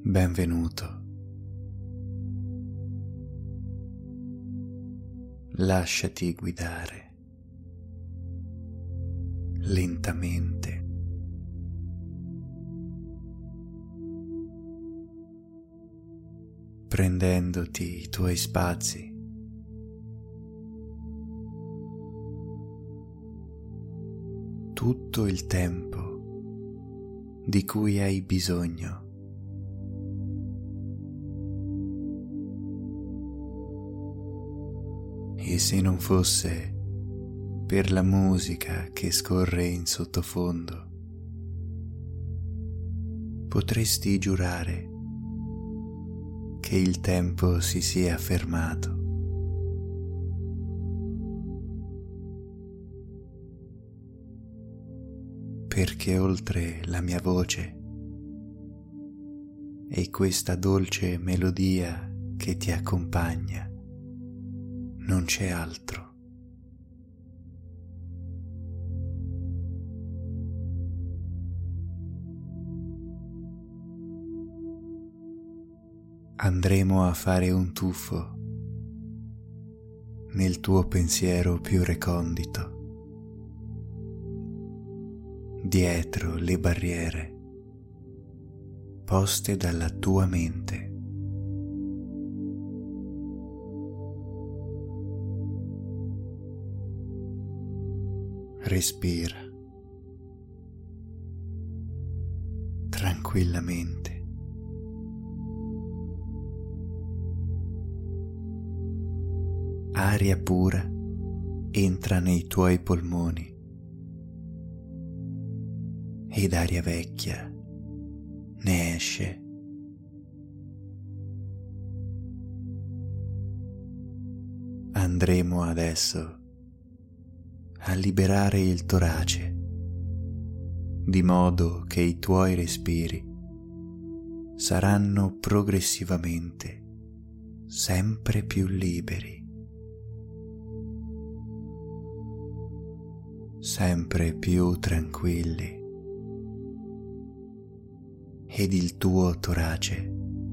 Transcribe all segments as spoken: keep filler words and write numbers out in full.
Benvenuto. Lasciati guidare lentamente, prendendoti i tuoi spazi. Tutto il tempo di cui hai bisogno. E se non fosse per la musica che scorre in sottofondo, potresti giurare che il tempo si sia fermato. Perché oltre la mia voce e questa dolce melodia che ti accompagna, non c'è altro. Andremo a fare un tuffo nel tuo pensiero più recondito, dietro le barriere poste dalla tua mente. Respira tranquillamente. Aria pura entra nei tuoi polmoni ed aria vecchia ne esce. Andremo adesso a liberare il torace, di modo che i tuoi respiri saranno progressivamente sempre più liberi, sempre più tranquilli, ed il tuo torace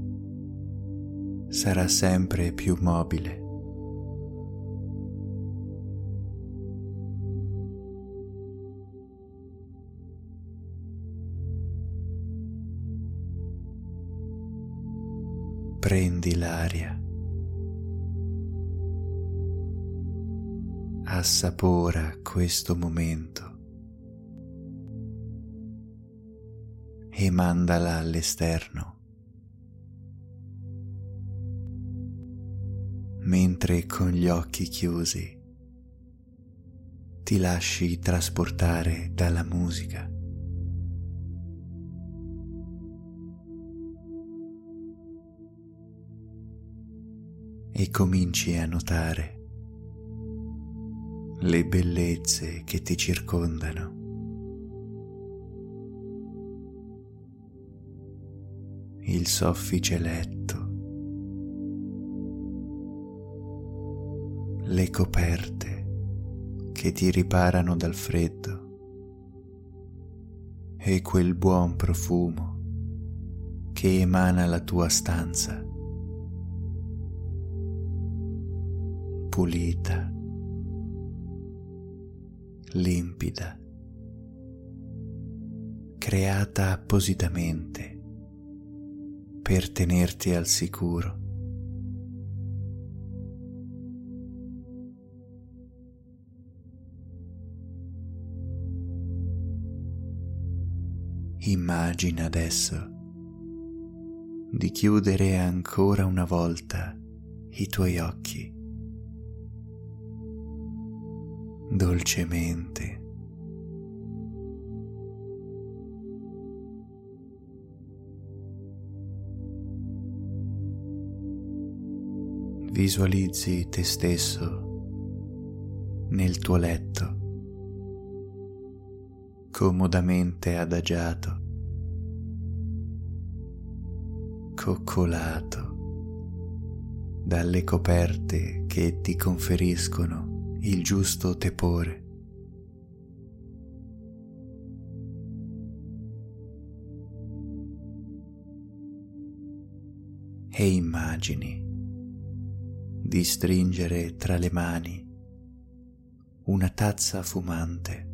sarà sempre più mobile. Prendi l'aria, assapora questo momento e mandala all'esterno, mentre con gli occhi chiusi ti lasci trasportare dalla musica. E cominci a notare le bellezze che ti circondano. Il soffice letto, le coperte che ti riparano dal freddo e quel buon profumo che emana la tua stanza. Pulita, limpida, creata appositamente per tenerti al sicuro. Immagina adesso di chiudere ancora una volta i tuoi occhi. Dolcemente. Visualizzi te stesso nel tuo letto, comodamente adagiato, coccolato dalle coperte che ti conferiscono il giusto tepore. e immagini di stringere tra le mani una tazza fumante.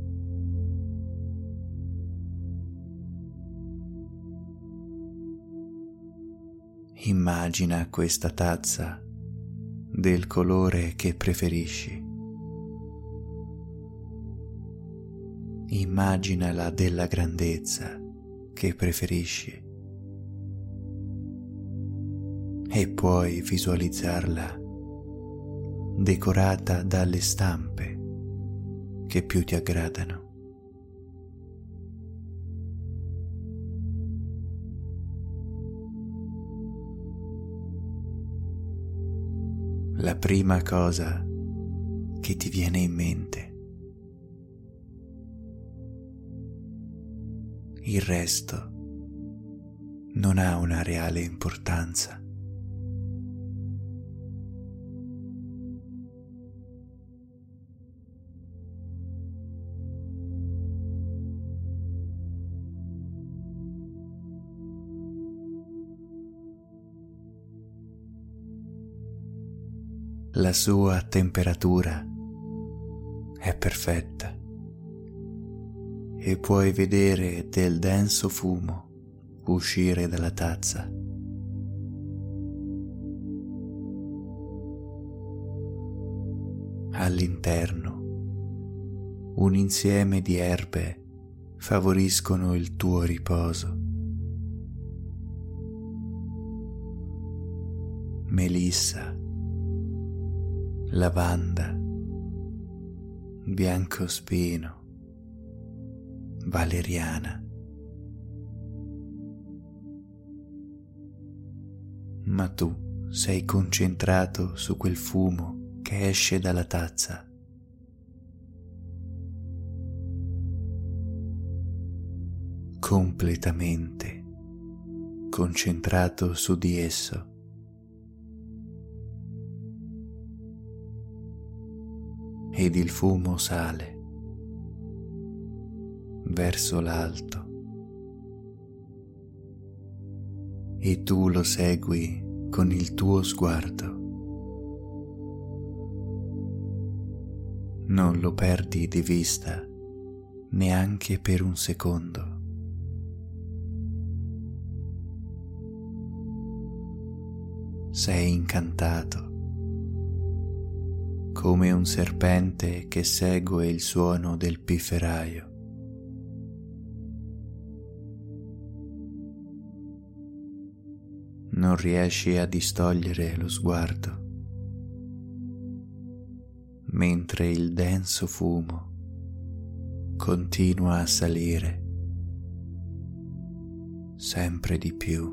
Immagina questa tazza del colore che preferisci. Immaginala della grandezza che preferisci e puoi visualizzarla decorata dalle stampe che più ti aggradano. La prima cosa che ti viene in mente. Il resto non ha una reale importanza. La sua temperatura è perfetta e puoi vedere del denso fumo uscire dalla tazza. All'interno, un insieme di erbe favoriscono il tuo riposo. Melissa, lavanda, biancospino, valeriana. Ma tu sei concentrato su quel fumo che esce dalla tazza. Completamente concentrato su di esso. Ed il fumo sale verso l'alto e tu lo segui con il tuo sguardo. Non lo perdi di vista neanche per un secondo. Sei incantato come un serpente che segue il suono del pifferaio. Non riesci a distogliere lo sguardo, mentre il denso fumo continua a salire sempre di più.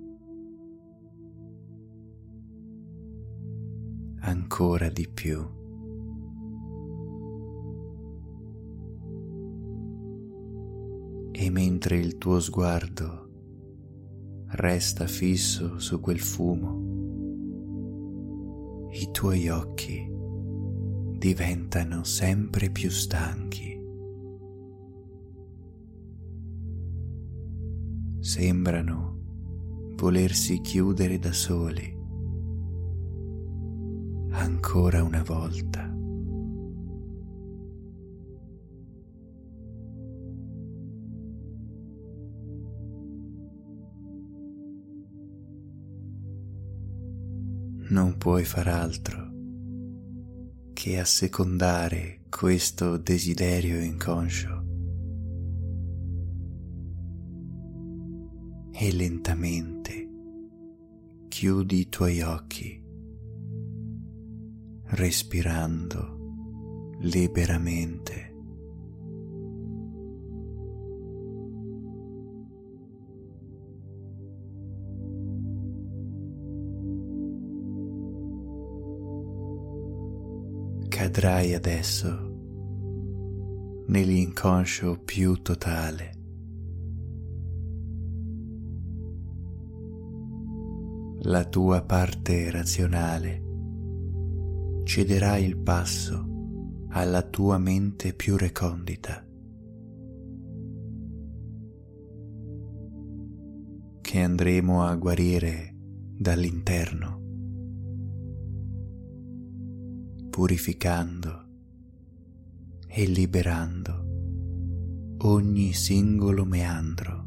Ancora di più. E mentre il tuo sguardo resta fisso su quel fumo, i tuoi occhi diventano sempre più stanchi. Sembrano volersi chiudere da soli. Ancora una volta. Non puoi far altro che assecondare questo desiderio inconscio e lentamente chiudi i tuoi occhi, respirando liberamente. Cadrai adesso nell'inconscio più totale. La tua parte razionale cederà il passo alla tua mente più recondita, che andremo a guarire dall'interno, purificando e liberando ogni singolo meandro.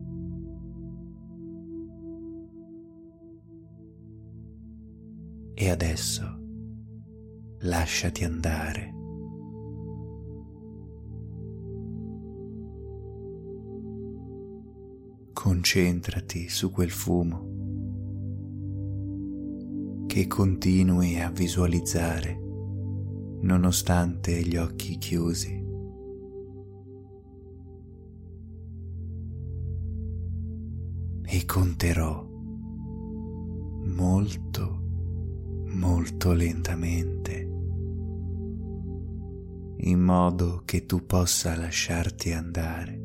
E adesso lasciati andare. Concentrati su quel fumo che continui a visualizzare nonostante gli occhi chiusi. E conterò molto, molto lentamente, in modo che tu possa lasciarti andare.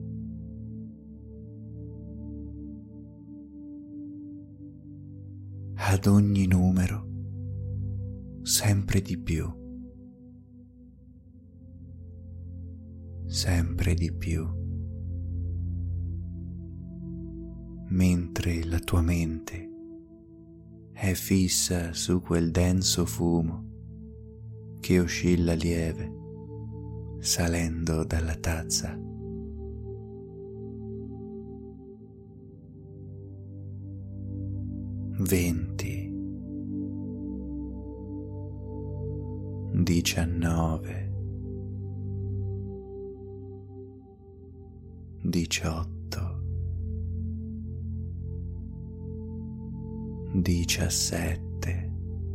Ad ogni numero, sempre di più, sempre di più, mentre la tua mente è fissa su quel denso fumo che oscilla lieve, salendo dalla tazza. Venti, diciannove, diciotto, diciassette,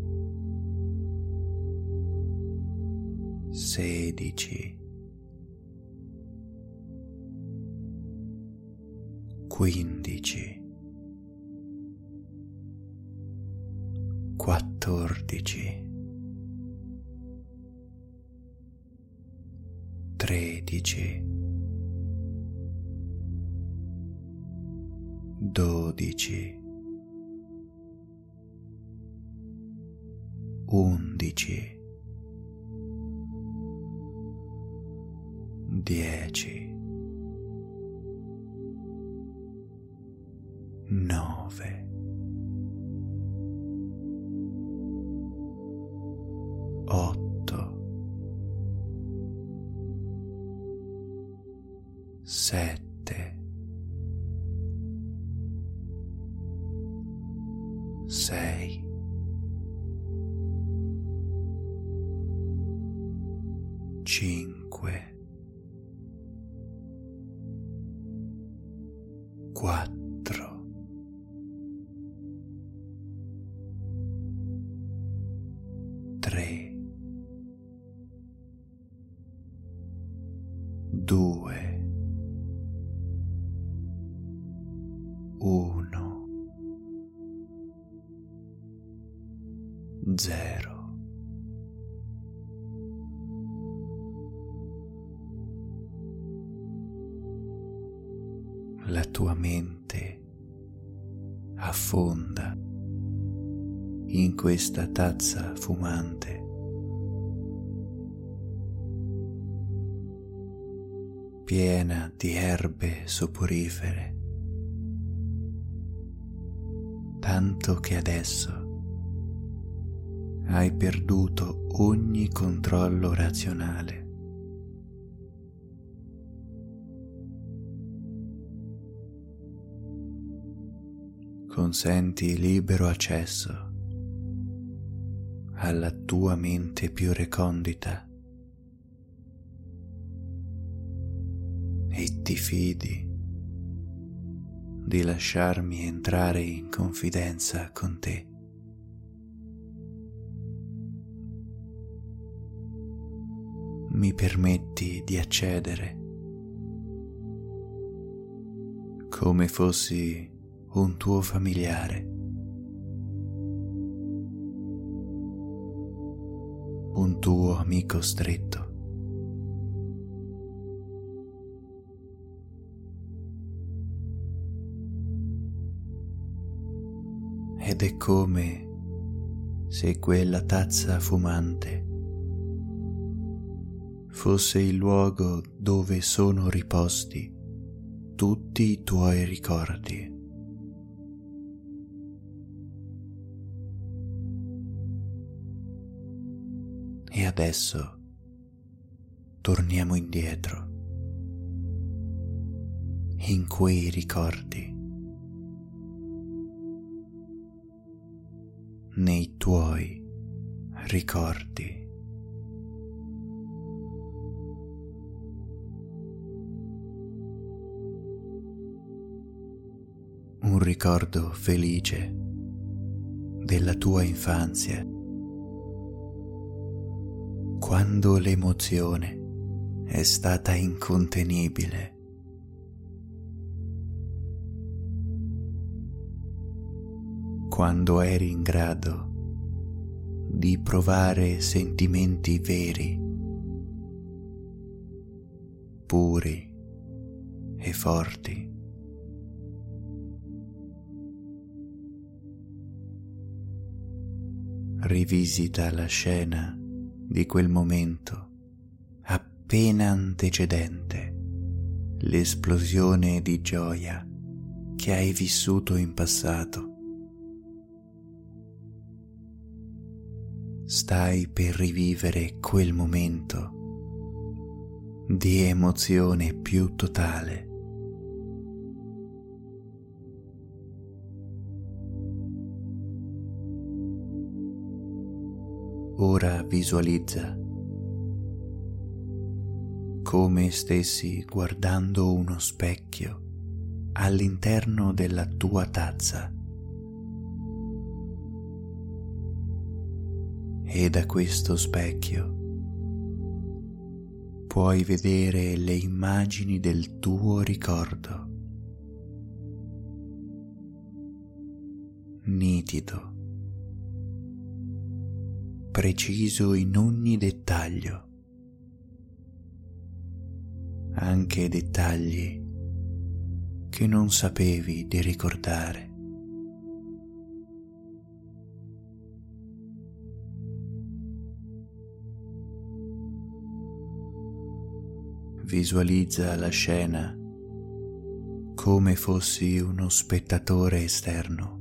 sedici, quindici, quattordici, tredici, dodici, undici, dieci, nove, otto, sette, sei, cinque, quattro, tre, due, uno, zero. La tua mente affonda in questa tazza fumante, piena di erbe soporifere, tanto che adesso hai perduto ogni controllo razionale. Consenti libero accesso alla tua mente più recondita e ti fidi di lasciarmi entrare in confidenza con te. Mi permetti di accedere come fossi un tuo familiare, un tuo amico stretto. Ed è come se quella tazza fumante fosse il luogo dove sono riposti tutti i tuoi ricordi. adesso torniamo indietro in quei ricordi, nei tuoi ricordi. Un ricordo felice della tua infanzia, quando l'emozione è stata incontenibile. Quando eri in grado di provare sentimenti veri, puri e forti. Rivisita la scena di quel momento appena antecedente l'esplosione di gioia che hai vissuto in passato. Stai per rivivere quel momento di emozione più totale. Ora visualizza come stessi guardando uno specchio all'interno della tua tazza e da questo specchio puoi vedere le immagini del tuo ricordo, nitido, preciso in ogni dettaglio, anche dettagli che non sapevi di ricordare. Visualizza la scena come fossi uno spettatore esterno,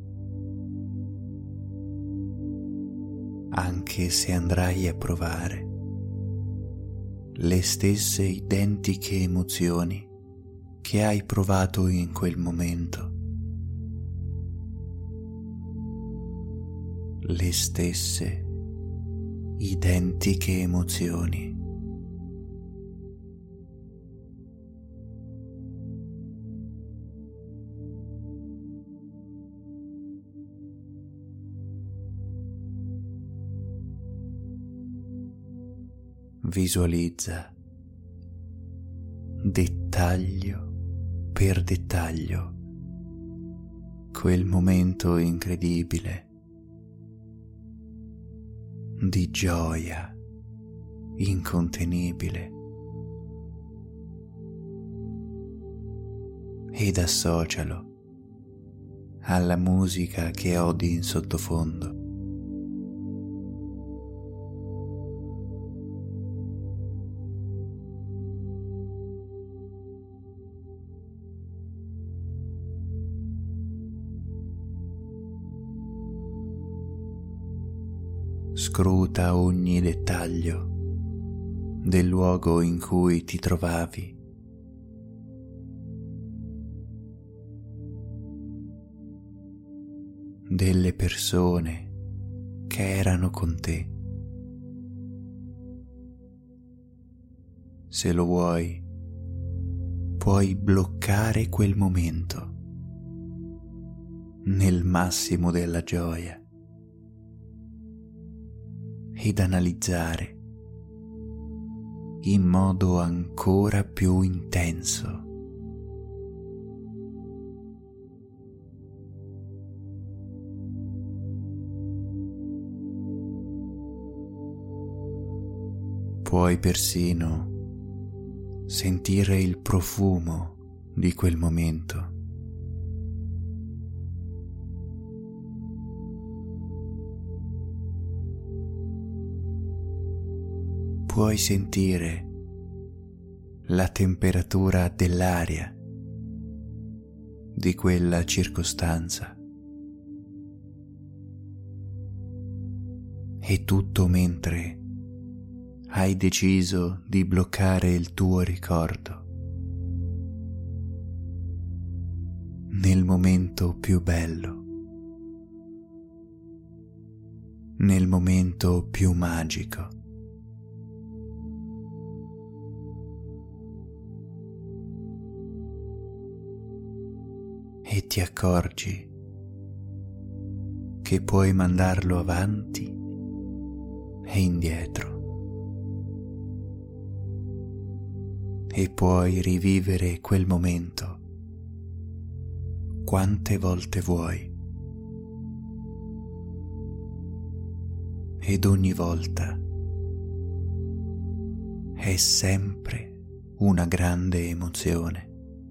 anche se andrai a provare le stesse identiche emozioni che hai provato in quel momento, le stesse identiche emozioni. Visualizza dettaglio per dettaglio quel momento incredibile di gioia incontenibile ed associalo alla musica che odi in sottofondo. Scruta ogni dettaglio del luogo in cui ti trovavi. Delle persone che erano con te. Se lo vuoi, puoi bloccare quel momento nel massimo della gioia ed analizzare in modo ancora più intenso puoi persino sentire il profumo di quel momento. Puoi sentire la temperatura dell'aria di quella circostanza. E tutto mentre hai deciso di bloccare il tuo ricordo nel momento più bello, nel momento più magico. E ti accorgi che puoi mandarlo avanti e indietro e puoi rivivere quel momento quante volte vuoi, ed ogni volta è sempre una grande emozione.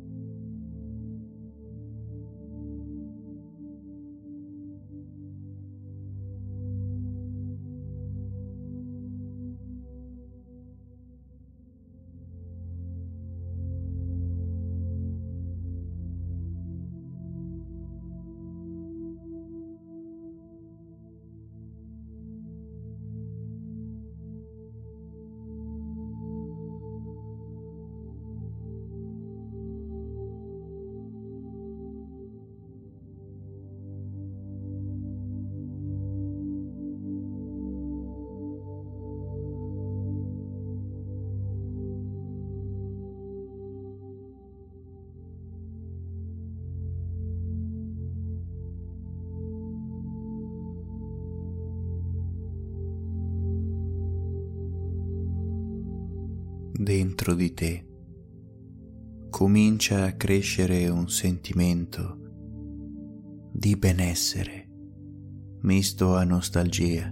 Dentro di te comincia a crescere un sentimento di benessere misto a nostalgia.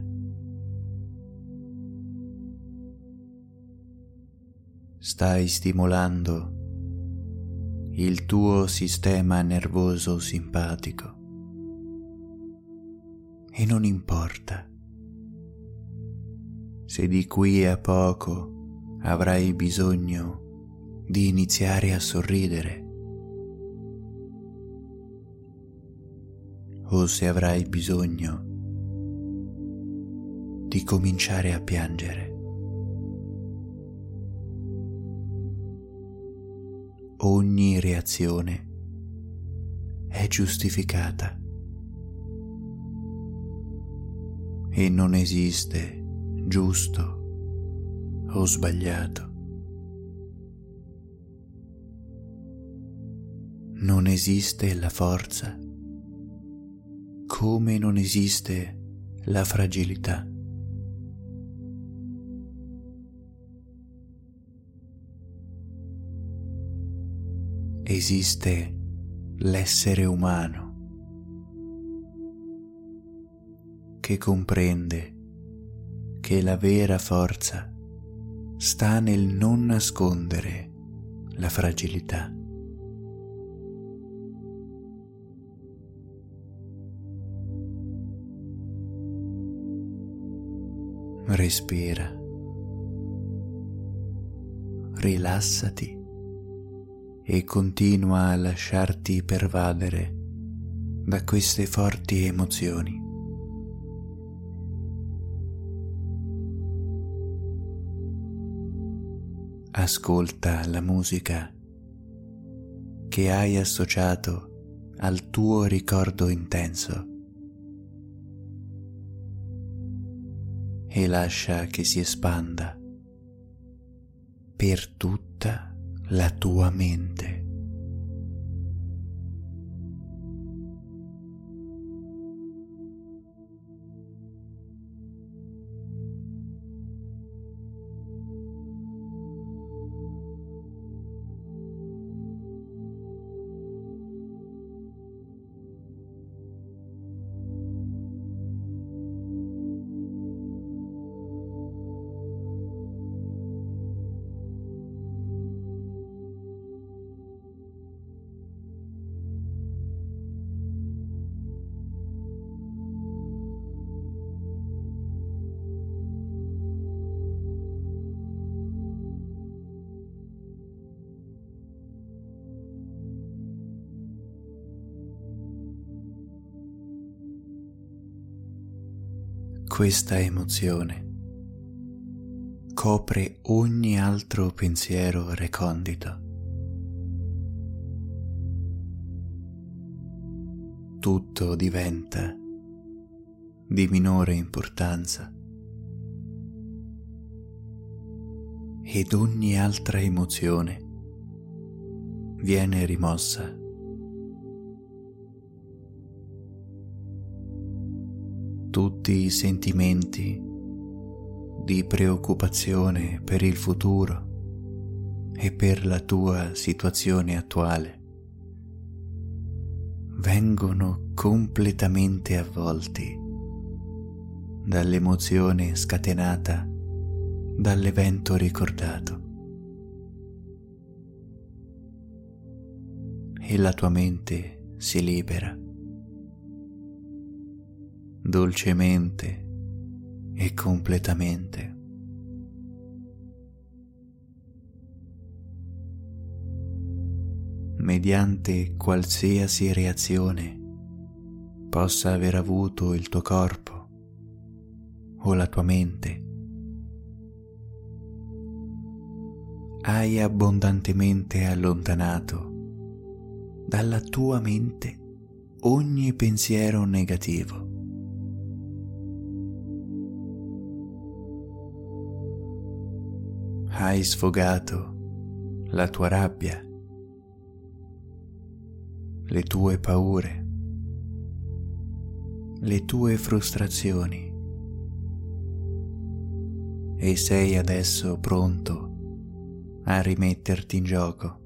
Stai stimolando il tuo sistema nervoso simpatico e non importa se di qui a poco avrai bisogno di iniziare a sorridere o se avrai bisogno di cominciare a piangere. Ogni reazione è giustificata e non esiste giusto o sbagliato. Non esiste la forza, come non esiste la fragilità. Esiste l'essere umano che comprende che la vera forza sta nel non nascondere la fragilità. Respira, rilassati e continua a lasciarti pervadere da queste forti emozioni. Ascolta la musica che hai associato al tuo ricordo intenso e lascia che si espanda per tutta la tua mente. Questa emozione copre ogni altro pensiero recondito. Tutto diventa di minore importanza ed ogni altra emozione viene rimossa. Tutti i sentimenti di preoccupazione per il futuro e per la tua situazione attuale vengono completamente avvolti dall'emozione scatenata dall'evento ricordato e la tua mente si libera dolcemente e completamente. Mediante qualsiasi reazione possa aver avuto il tuo corpo o la tua mente, hai abbondantemente allontanato dalla tua mente ogni pensiero negativo. Hai sfogato la tua rabbia, le tue paure, le tue frustrazioni e sei adesso pronto a rimetterti in gioco.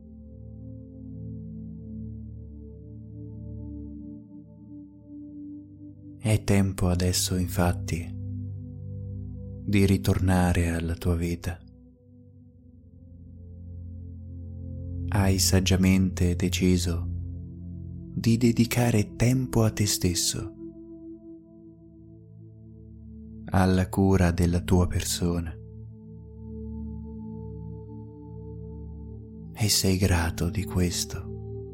È tempo adesso, infatti, di ritornare alla tua vita. Hai saggiamente deciso di dedicare tempo a te stesso, alla cura della tua persona, e sei grato di questo.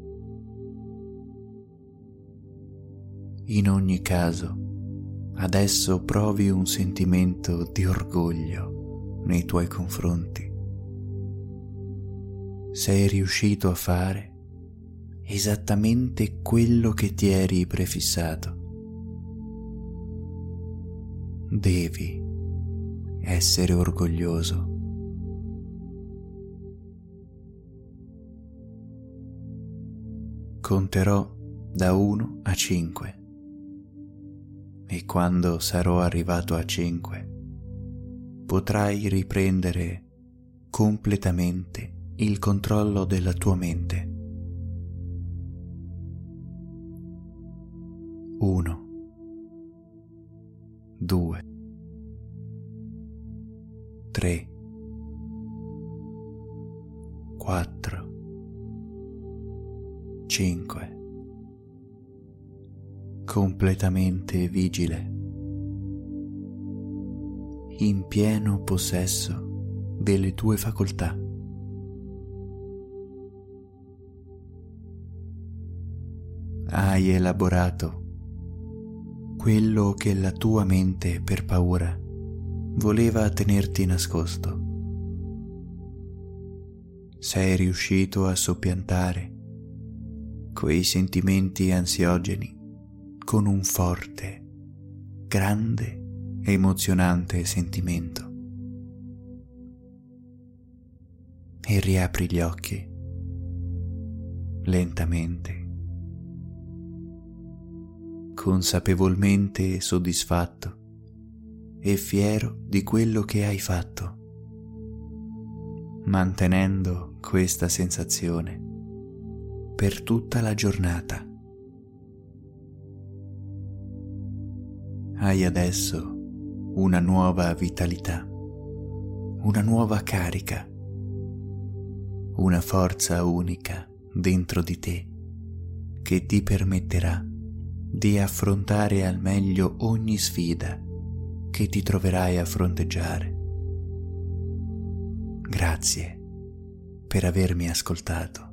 In ogni caso, adesso provi un sentimento di orgoglio nei tuoi confronti. Sei riuscito a fare esattamente quello che ti eri prefissato. Devi essere orgoglioso. Conterò da uno a cinque e quando sarò arrivato a cinque potrai riprendere completamente il controllo della tua mente. Uno, due, tre, quattro, cinque. Completamente vigile, in pieno possesso delle tue facoltà. Hai elaborato quello che la tua mente per paura voleva tenerti nascosto. Sei riuscito a soppiantare quei sentimenti ansiogeni con un forte, grande, emozionante sentimento. E riapri gli occhi lentamente, consapevolmente soddisfatto e fiero di quello che hai fatto, mantenendo questa sensazione per tutta la giornata. Hai adesso una nuova vitalità, una nuova carica, una forza unica dentro di te che ti permetterà di affrontare al meglio ogni sfida che ti troverai a fronteggiare. Grazie per avermi ascoltato.